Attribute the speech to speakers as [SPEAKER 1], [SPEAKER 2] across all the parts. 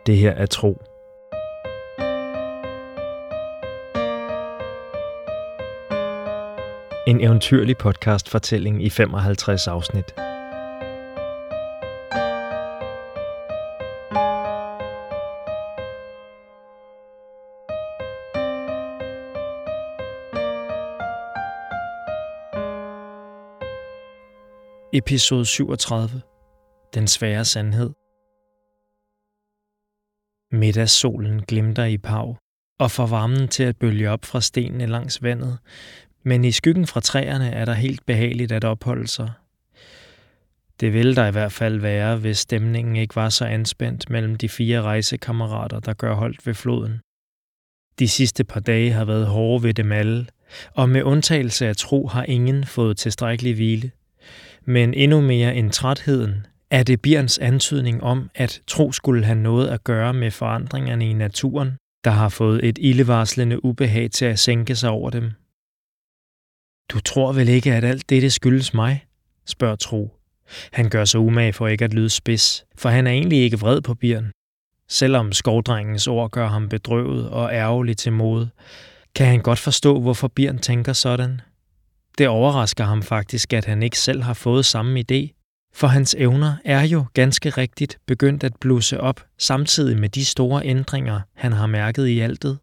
[SPEAKER 1] Det her er Tro. En eventyrlig podcast-fortælling i 55 afsnit. Episode 37. Den svære sandhed. Middagssolen glimter i Pav og får varmen til at bølge op fra stenene langs vandet, men i skyggen fra træerne er der helt behageligt at opholde sig. Det ville der i hvert fald være, hvis stemningen ikke var så anspændt mellem de 4 rejsekammerater, der gør holdt ved floden. De sidste par dage har været hårde ved dem alle, og med undtagelse af Tro har ingen fået tilstrækkelig hvile. Men endnu mere end trætheden er det Birns antydning om, at Tro skulle have noget at gøre med forandringerne i naturen, der har fået et ildevarslende ubehag til at sænke sig over dem. Du tror vel ikke, at alt dette skyldes mig? Spørger Tro. Han gør sig umage for ikke at lyde spids, for han er egentlig ikke vred på Birn. Selvom skovdrengens ord gør ham bedrøvet og ærgerlig til mode, kan han godt forstå, hvorfor Birn tænker sådan. Det overrasker ham faktisk, at han ikke selv har fået samme idé, for hans evner er jo ganske rigtigt begyndt at blusse op samtidig med de store ændringer, han har mærket i altet.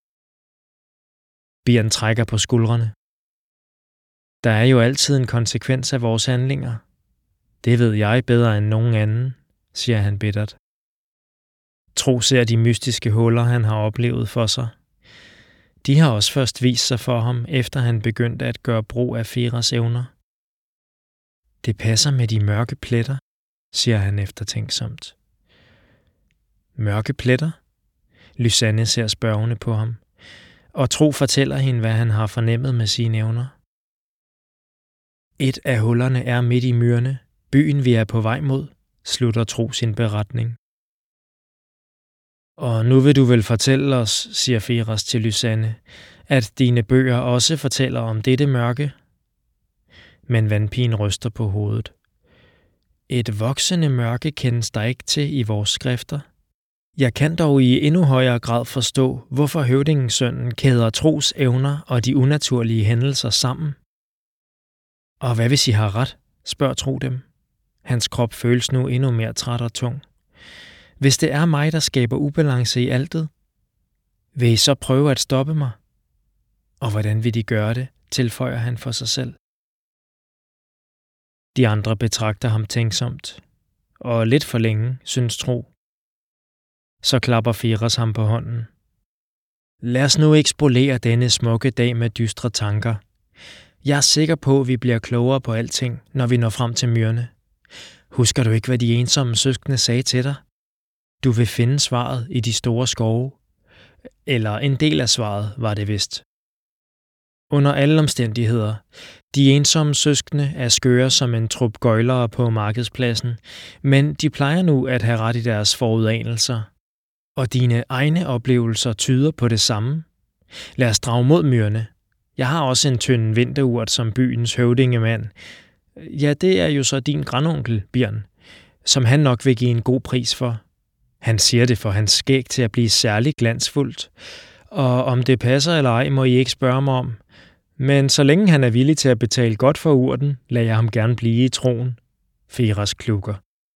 [SPEAKER 1] Birn trækker på skuldrene. Der er jo altid en konsekvens af vores handlinger. Det ved jeg bedre end nogen anden, siger han bittert. Tro ser de mystiske huller, han har oplevet for sig. De har også først vist sig for ham, efter han begyndte at gøre brug af Feras evner. Det passer med de mørke pletter, siger han eftertænksomt. Mørke pletter? Lysanne ser spørgende på ham, og Tro fortæller hende, hvad han har fornemmet med sine evner. Et af hullerne er midt i myrerne, byen vi er på vej mod, slutter Tro sin beretning. Og nu vil du vel fortælle os, siger Feras til Lysanne, at dine bøger også fortæller om dette mørke? Men vandpigen ryster på hovedet. Et voksende mørke kendes der ikke til i vores skrifter. Jeg kan dog i endnu højere grad forstå, hvorfor høvdingesønnen kæder Tros evner og de unaturlige hændelser sammen. Og hvad hvis I har ret, spørger Tro dem. Hans krop føles nu endnu mere træt og tung. Hvis det er mig, der skaber ubalance i altet, vil I så prøve at stoppe mig? Og hvordan vil de gøre det, tilføjer han for sig selv. De andre betragter ham tænksomt, og lidt for længe, synes Tro. Så klapper Feras ham på hånden. Lad os nu ikke spolere denne smukke dag med dystre tanker. Jeg er sikker på, at vi bliver klogere på alting, når vi når frem til myrerne. Husker du ikke, hvad de ensomme søskende sagde til dig? Du vil finde svaret i de store skove. Eller en del af svaret var det vist. Under alle omstændigheder, de ensomme søskende er skøre som en trup gøjlere på markedspladsen, men de plejer nu at have ret i deres forudanelser. Og dine egne oplevelser tyder på det samme. Lad os drage mod myrerne. Jeg har også en tynd vinterurt som byens høvdingemand. Ja, det er jo så din grandonkel, Birn, som han nok vil give en god pris for. Han siger det for hans skæg til at blive særlig glansfuldt, og om det passer eller ej, må I ikke spørge mig om. Men så længe han er villig til at betale godt for urten, lader jeg ham gerne blive i troen. Feras klukker.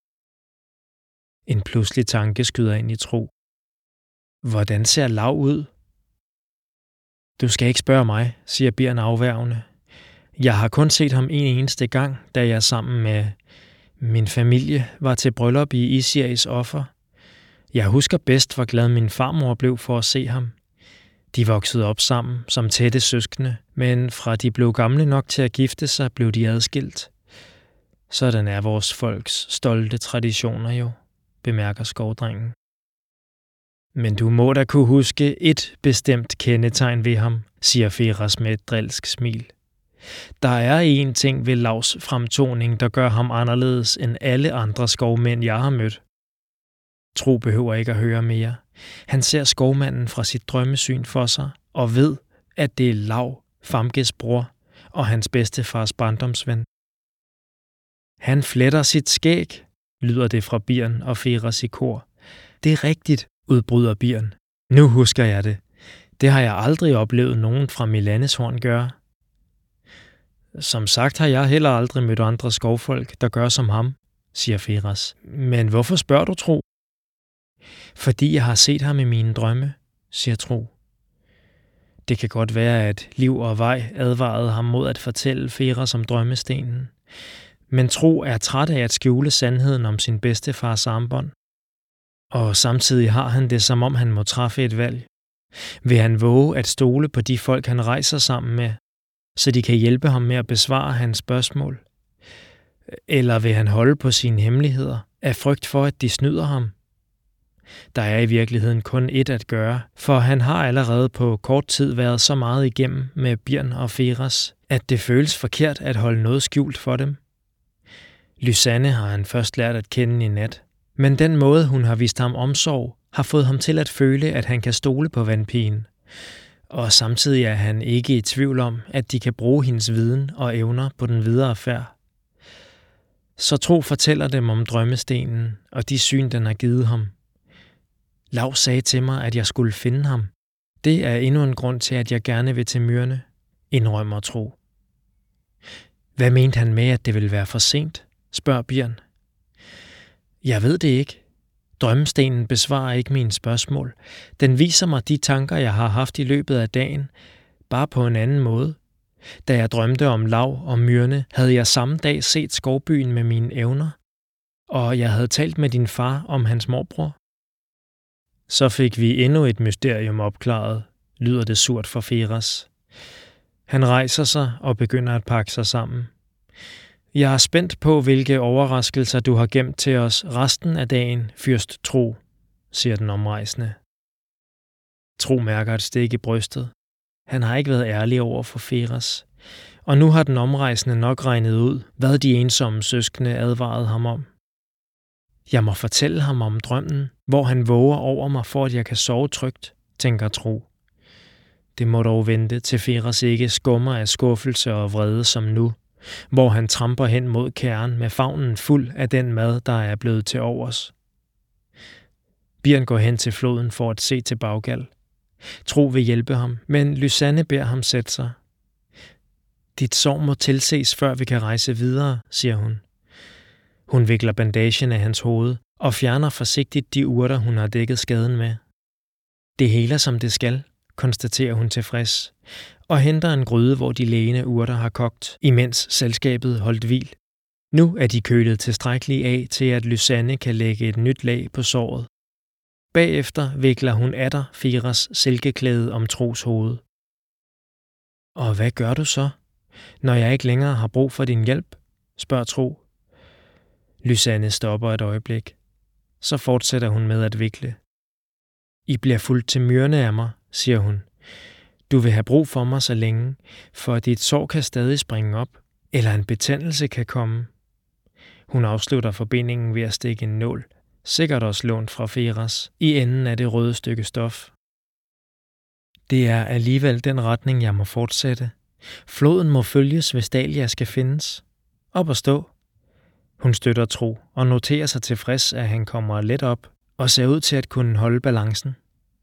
[SPEAKER 1] En pludselig tanke skyder ind i Tro. Hvordan ser Lav ud? Du skal ikke spørge mig, siger Birn afværgende. Jeg har kun set ham en eneste gang, da jeg sammen med min familie var til bryllup i Isiris offer. Jeg husker bedst, hvor glad min farmor blev for at se ham. De voksede op sammen som tætte søskende, men fra de blev gamle nok til at gifte sig, blev de adskilt. Sådan er vores folks stolte traditioner jo, bemærker skovdrengen. Men du må da kunne huske et bestemt kendetegn ved ham, siger Feras med et drilsk smil. Der er en ting ved Lavs fremtoning, der gør ham anderledes end alle andre skovmænd, jeg har mødt. Tro behøver ikke at høre mere. Han ser skovmanden fra sit drømmesyn for sig og ved, at det er Lav, Famkes bror og hans bedstefars barndomsven. Han fletter sit skæg, lyder det fra Birn og Feras i kor. Det er rigtigt, udbryder Birn. Nu husker jeg det. Det har jeg aldrig oplevet nogen fra Milaneshorn gøre. Som sagt har jeg heller aldrig mødt andre skovfolk, der gør som ham, siger Firas. Men hvorfor spørger du, Tro? Fordi jeg har set ham i mine drømme, siger Tro. Det kan godt være, at Liv og Vej advarede ham mod at fortælle Firas om drømmestenen. Men Tro er træt af at skjule sandheden om sin bedstefars armbånd. Og samtidig har han det, som om han må træffe et valg. Vil han våge at stole på de folk, han rejser sammen med, så de kan hjælpe ham med at besvare hans spørgsmål? Eller vil han holde på sine hemmeligheder af frygt for, at de snyder ham? Der er i virkeligheden kun ét at gøre, for han har allerede på kort tid været så meget igennem med Birn og Firas, at det føles forkert at holde noget skjult for dem. Lysanne har han først lært at kende i nat, men den måde, hun har vist ham omsorg, har fået ham til at føle, at han kan stole på vandpigen. Og samtidig er han ikke i tvivl om, at de kan bruge hendes viden og evner på den videre færd. Så Tro fortæller dem om drømmestenen og de syn, den har givet ham. Lav sagde til mig, at jeg skulle finde ham. Det er endnu en grund til, at jeg gerne vil til Myrne, indrømmer Tro. Hvad mente han med, at det ville være for sent, spørger Birn. Jeg ved det ikke. Drømmestenen besvarer ikke mine spørgsmål. Den viser mig de tanker, jeg har haft i løbet af dagen, bare på en anden måde. Da jeg drømte om Lav og Myrne, havde jeg samme dag set skovbyen med mine evner, og jeg havde talt med din far om hans morbror. Så fik vi endnu et mysterium opklaret, lyder det surt for Firas. Han rejser sig og begynder at pakke sig sammen. Jeg er spændt på, hvilke overraskelser du har gemt til os resten af dagen, fyrst Tro, siger den omrejsende. Tro mærker et stik i brystet. Han har ikke været ærlig over for Firas, og nu har den omrejsende nok regnet ud, hvad de ensomme søskende advarede ham om. Jeg må fortælle ham om drømmen, hvor han våger over mig, for at jeg kan sove trygt, tænker Tro. Det må dog vente, til Firas ikke skummer af skuffelse og vrede som nu, hvor han tramper hen mod kæren med favnen fuld af den mad, der er blevet til overs. Birn går hen til floden for at se til Baggal. Tro vil hjælpe ham, men Lysanne beder ham sætte sig. Dit sår må tilses, før vi kan rejse videre, siger hun. Hun vikler bandagen af hans hoved og fjerner forsigtigt de urter, hun har dækket skaden med. Det heler som det skal, konstaterer hun tilfreds, og henter en gryde, hvor de lægende urter har kogt, imens selskabet holdt hvil. Nu er de kølet tilstrækkeligt af til, at Lysanne kan lægge et nyt lag på såret. Bagefter vikler hun atter Firas silkeklæde om Tros hoved. Og hvad gør du så, når jeg ikke længere har brug for din hjælp, spørger Tro. Lysanne stopper et øjeblik. Så fortsætter hun med at vikle. I bliver fuldt til Myrne af mig, siger hun. Du vil have brug for mig så længe, for dit sår kan stadig springe op, eller en betændelse kan komme. Hun afslutter forbindingen ved at stikke en nål, sikkert også lånt fra Firas, i enden af det røde stykke stof. Det er alligevel den retning, jeg må fortsætte. Floden må følges, hvis Dahlia skal findes. Op og stå. Hun støtter Tro og noterer sig tilfreds, at han kommer let op og ser ud til at kunne holde balancen.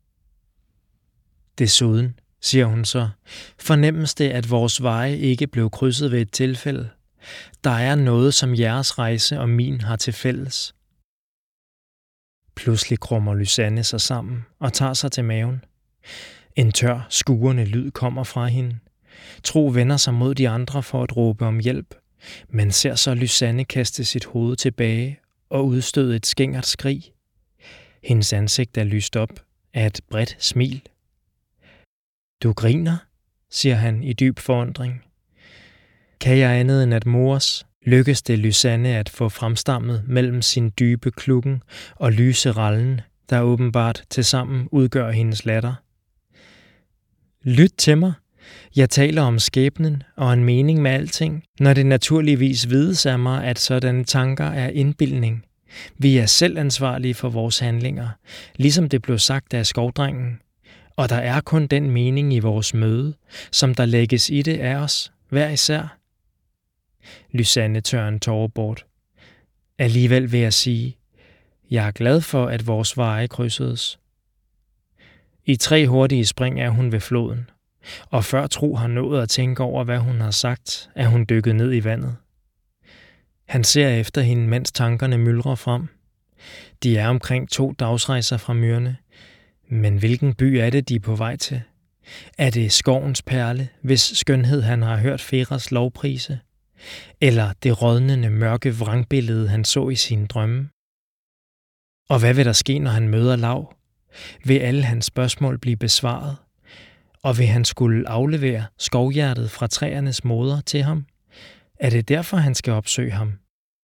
[SPEAKER 1] Desuden, siger hun så, fornemmes det, at vores veje ikke blev krydset ved et tilfælde. Der er noget, som jeres rejse og min har til fælles. Pludselig krummer Lysanne sig sammen og tager sig til maven. En tør, skurende lyd kommer fra hende. Tro vender sig mod de andre for at råbe om hjælp, men ser så Lysanne kaste sit hoved tilbage og udstøde et skingert skrig. Hendes ansigt er lyst op af et bredt smil. Du griner, siger han i dyb forundring. Kan jeg andet end at mores, lykkes det Lysanne at få fremstammet mellem sin dybe klukken og lyse rallen, der åbenbart tilsammen udgør hendes latter. Lyt til mig. Jeg taler om skæbnen og en mening med alting, når det naturligvis vides af mig, at sådanne tanker er indbildning. Vi er selv ansvarlige for vores handlinger, ligesom det blev sagt af skovdrengen. Og der er kun den mening i vores møde, som der lægges i det af os, hver især. Lysanne tør en tåre bort. Alligevel vil jeg sige, Jeg er glad for, at vores veje krydsedes. I 3 hurtige spring er hun ved floden, og før Tro har nået at tænke over, hvad hun har sagt, er hun dykket ned i vandet. Han ser efter hende, mens tankerne myldrer frem. De er omkring 2 dagsrejser fra Myrne, men hvilken by er det, de er på vej til? Er det skovens perle, hvis skønhed han har hørt Feras lovprise? Eller det rådnende mørke vrangbillede, han så i sine drømme? Og hvad vil der ske, når han møder Lav? Vil alle hans spørgsmål blive besvaret? Og vil han skulle aflevere skovhjertet fra træernes moder til ham? Er det derfor, han skal opsøge ham?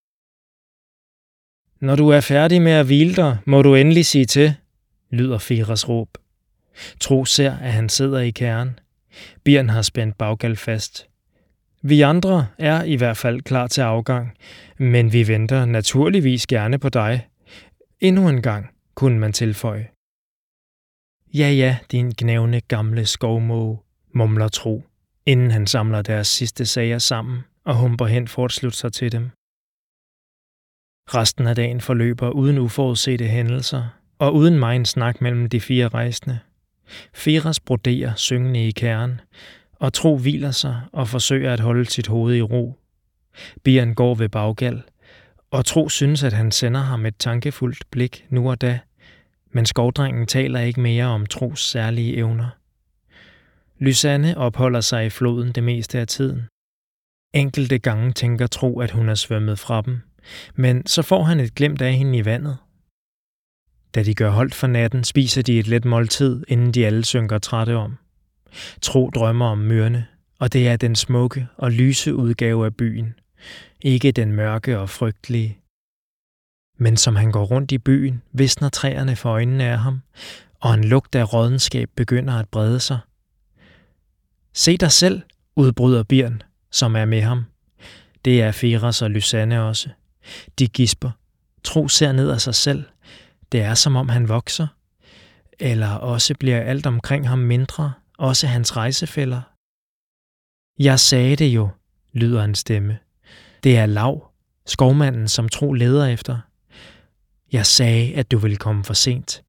[SPEAKER 1] Når du er færdig med at hvile dig, må du endelig sige til, lyder Feras råb. Tro ser, at han sidder i kæren. Birn har spændt Baggal fast. Vi andre er i hvert fald klar til afgang, men vi venter naturligvis gerne på dig. Endnu en gang, kunne man tilføje. Ja, din gnævne gamle skovmåge, mumler Tro, inden han samler deres sidste sager sammen og humper hen for at slutte sig til dem. Resten af dagen forløber uden uforudsete hændelser og uden megen snak mellem de 4 rejsende. Feras broderer syngende i kæren, og Tro hviler sig og forsøger at holde sit hoved i ro. Birn går ved Baggal, og Tro synes, at han sender ham et tankefuldt blik nu og da, men skovdrengen taler ikke mere om Tros særlige evner. Lysanne opholder sig i floden det meste af tiden. Enkelte gange tænker Tro, at hun er svømmet fra dem, men så får han et glimt af hende i vandet. Da de gør holdt for natten, spiser de et let måltid, inden de alle synker trætte om. Tro drømmer om Myrne, og det er den smukke og lyse udgave af byen, ikke den mørke og frygtelige. Men som han går rundt i byen, visner træerne for øjnene af ham, og en lugt af rådenskab begynder at brede sig. Se dig selv, udbryder Birn, som er med ham. Det er Feras og Lysanne også. De gisper. Tro ser ned af sig selv. Det er som om han vokser. Eller også bliver alt omkring ham mindre, også hans rejsefæller. Jeg sagde det jo, lyder en stemme. Det er Lav, skovmanden, som Tro leder efter. Jeg sagde, at du ville komme for sent.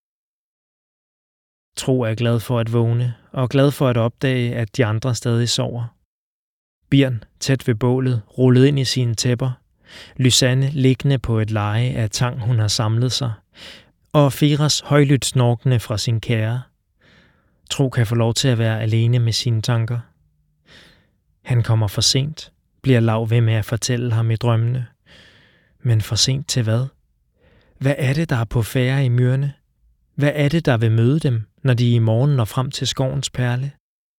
[SPEAKER 1] Tro er glad for at vågne, og glad for at opdage, at de andre stadig sover. Birn, tæt ved bålet, rullet ind i sine tæpper. Lysanne liggende på et leje af tang, hun har samlet sig. Og Feras højlydt snorkende fra sin kære. Tro kan få lov til at være alene med sine tanker. Han kommer for sent, bliver Lav ved med at fortælle ham i drømmene. Men for sent til hvad? Hvad er det, der er på færde i Myrne? Hvad er det, der vil møde dem, når de i morgen når frem til skovens perle?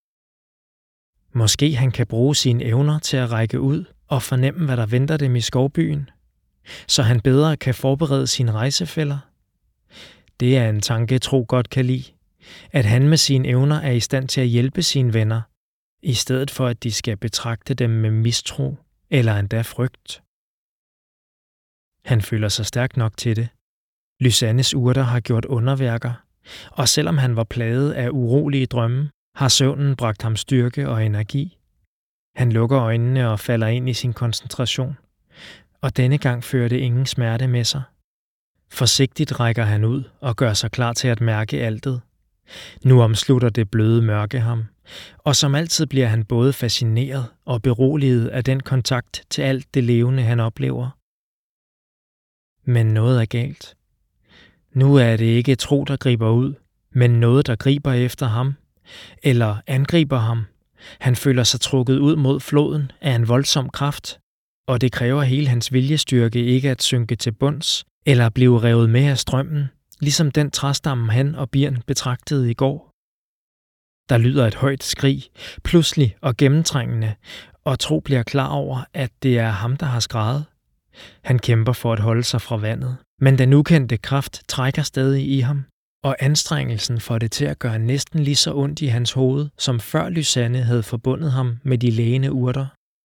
[SPEAKER 1] Måske han kan bruge sine evner til at række ud og fornemme, hvad der venter dem i skovbyen, så han bedre kan forberede sine rejsefæller. Det er en tanke, Tro godt kan lide, at han med sine evner er i stand til at hjælpe sine venner, i stedet for at de skal betragte dem med mistro eller endda frygt. Han føler sig stærk nok til det. Lysannes urter har gjort underværker, og selvom han var plaget af urolige drømme, har søvnen bragt ham styrke og energi. Han lukker øjnene og falder ind i sin koncentration, og denne gang fører det ingen smerte med sig. Forsigtigt rækker han ud og gør sig klar til at mærke altet. Nu omslutter det bløde mørke ham, og som altid bliver han både fascineret og beroliget af den kontakt til alt det levende, han oplever. Men noget er galt. Nu er det ikke Tro, der griber ud, men noget, der griber efter ham, eller angriber ham. Han føler sig trukket ud mod floden af en voldsom kraft, og det kræver hele hans viljestyrke ikke at synke til bunds, eller blive revet med af strømmen, ligesom den træstamme han og Birn betragtede i går. Der lyder et højt skrig, pludselig og gennemtrængende, og Tro bliver klar over, at det er ham, der har skreget. Han kæmper for at holde sig fra vandet, men den ukendte kraft trækker stadig i ham, og anstrengelsen får det til at gøre næsten lige så ondt i hans hoved, som før Lysanne havde forbundet ham med de lægende urter.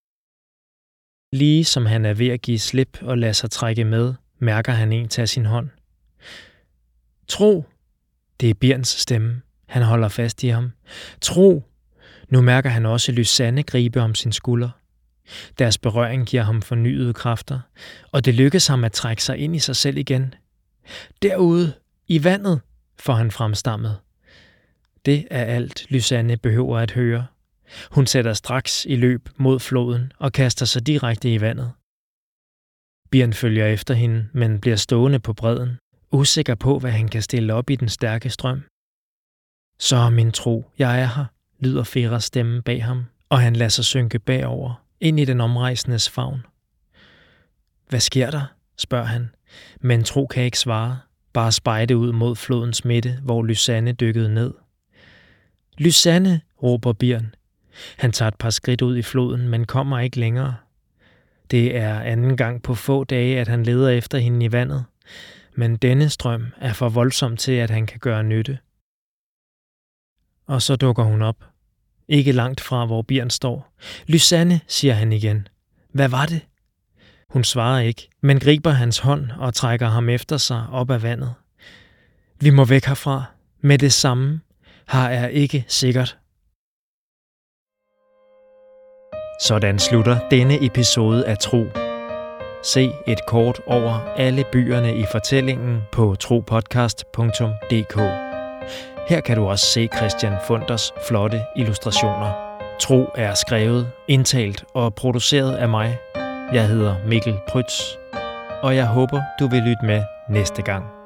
[SPEAKER 1] Lige som han er ved at give slip og lade sig trække med, mærker han en tage sin hånd. Tro! Det er Birns stemme. Han holder fast i ham. Tro! Nu mærker han også Lysanne gribe om sin skulder. Deres berøring giver ham fornyede kræfter, og det lykkes ham at trække sig ind i sig selv igen. Derude, i vandet, får han fremstammet. Det er alt, Lysanne behøver at høre. Hun sætter straks i løb mod floden og kaster sig direkte i vandet. Birn følger efter hende, men bliver stående på bredden, usikker på, hvad han kan stille op i den stærke strøm. Så min tro, jeg er her, lyder Feras stemme bag ham, og han lader sig synke bagover, ind i den omrejsendes favn. Hvad sker der? Spørger han, men Tro kan ikke svare, bare spejde ud mod flodens midte, hvor Lysanne dykkede ned. Lysanne, råber Birn. Han tager et par skridt ud i floden, men kommer ikke længere. Det er anden gang på få dage, at han leder efter hende i vandet, men denne strøm er for voldsom til, at han kan gøre nytte. Og så dukker hun op. Ikke langt fra, hvor Birn står. Lysanne, siger han igen. Hvad var det? Hun svarer ikke, men griber hans hånd og trækker ham efter sig op af vandet. Vi må væk herfra. Med det samme. Her er ikke sikkert. Sådan slutter denne episode af Tro. Se et kort over alle byerne i fortællingen på tropodcast.dk. Her kan du også se Christian Funders flotte illustrationer. Tro er skrevet, indtalt og produceret af mig. Jeg hedder Mikkel Prytz, og jeg håber, du vil lytte med næste gang.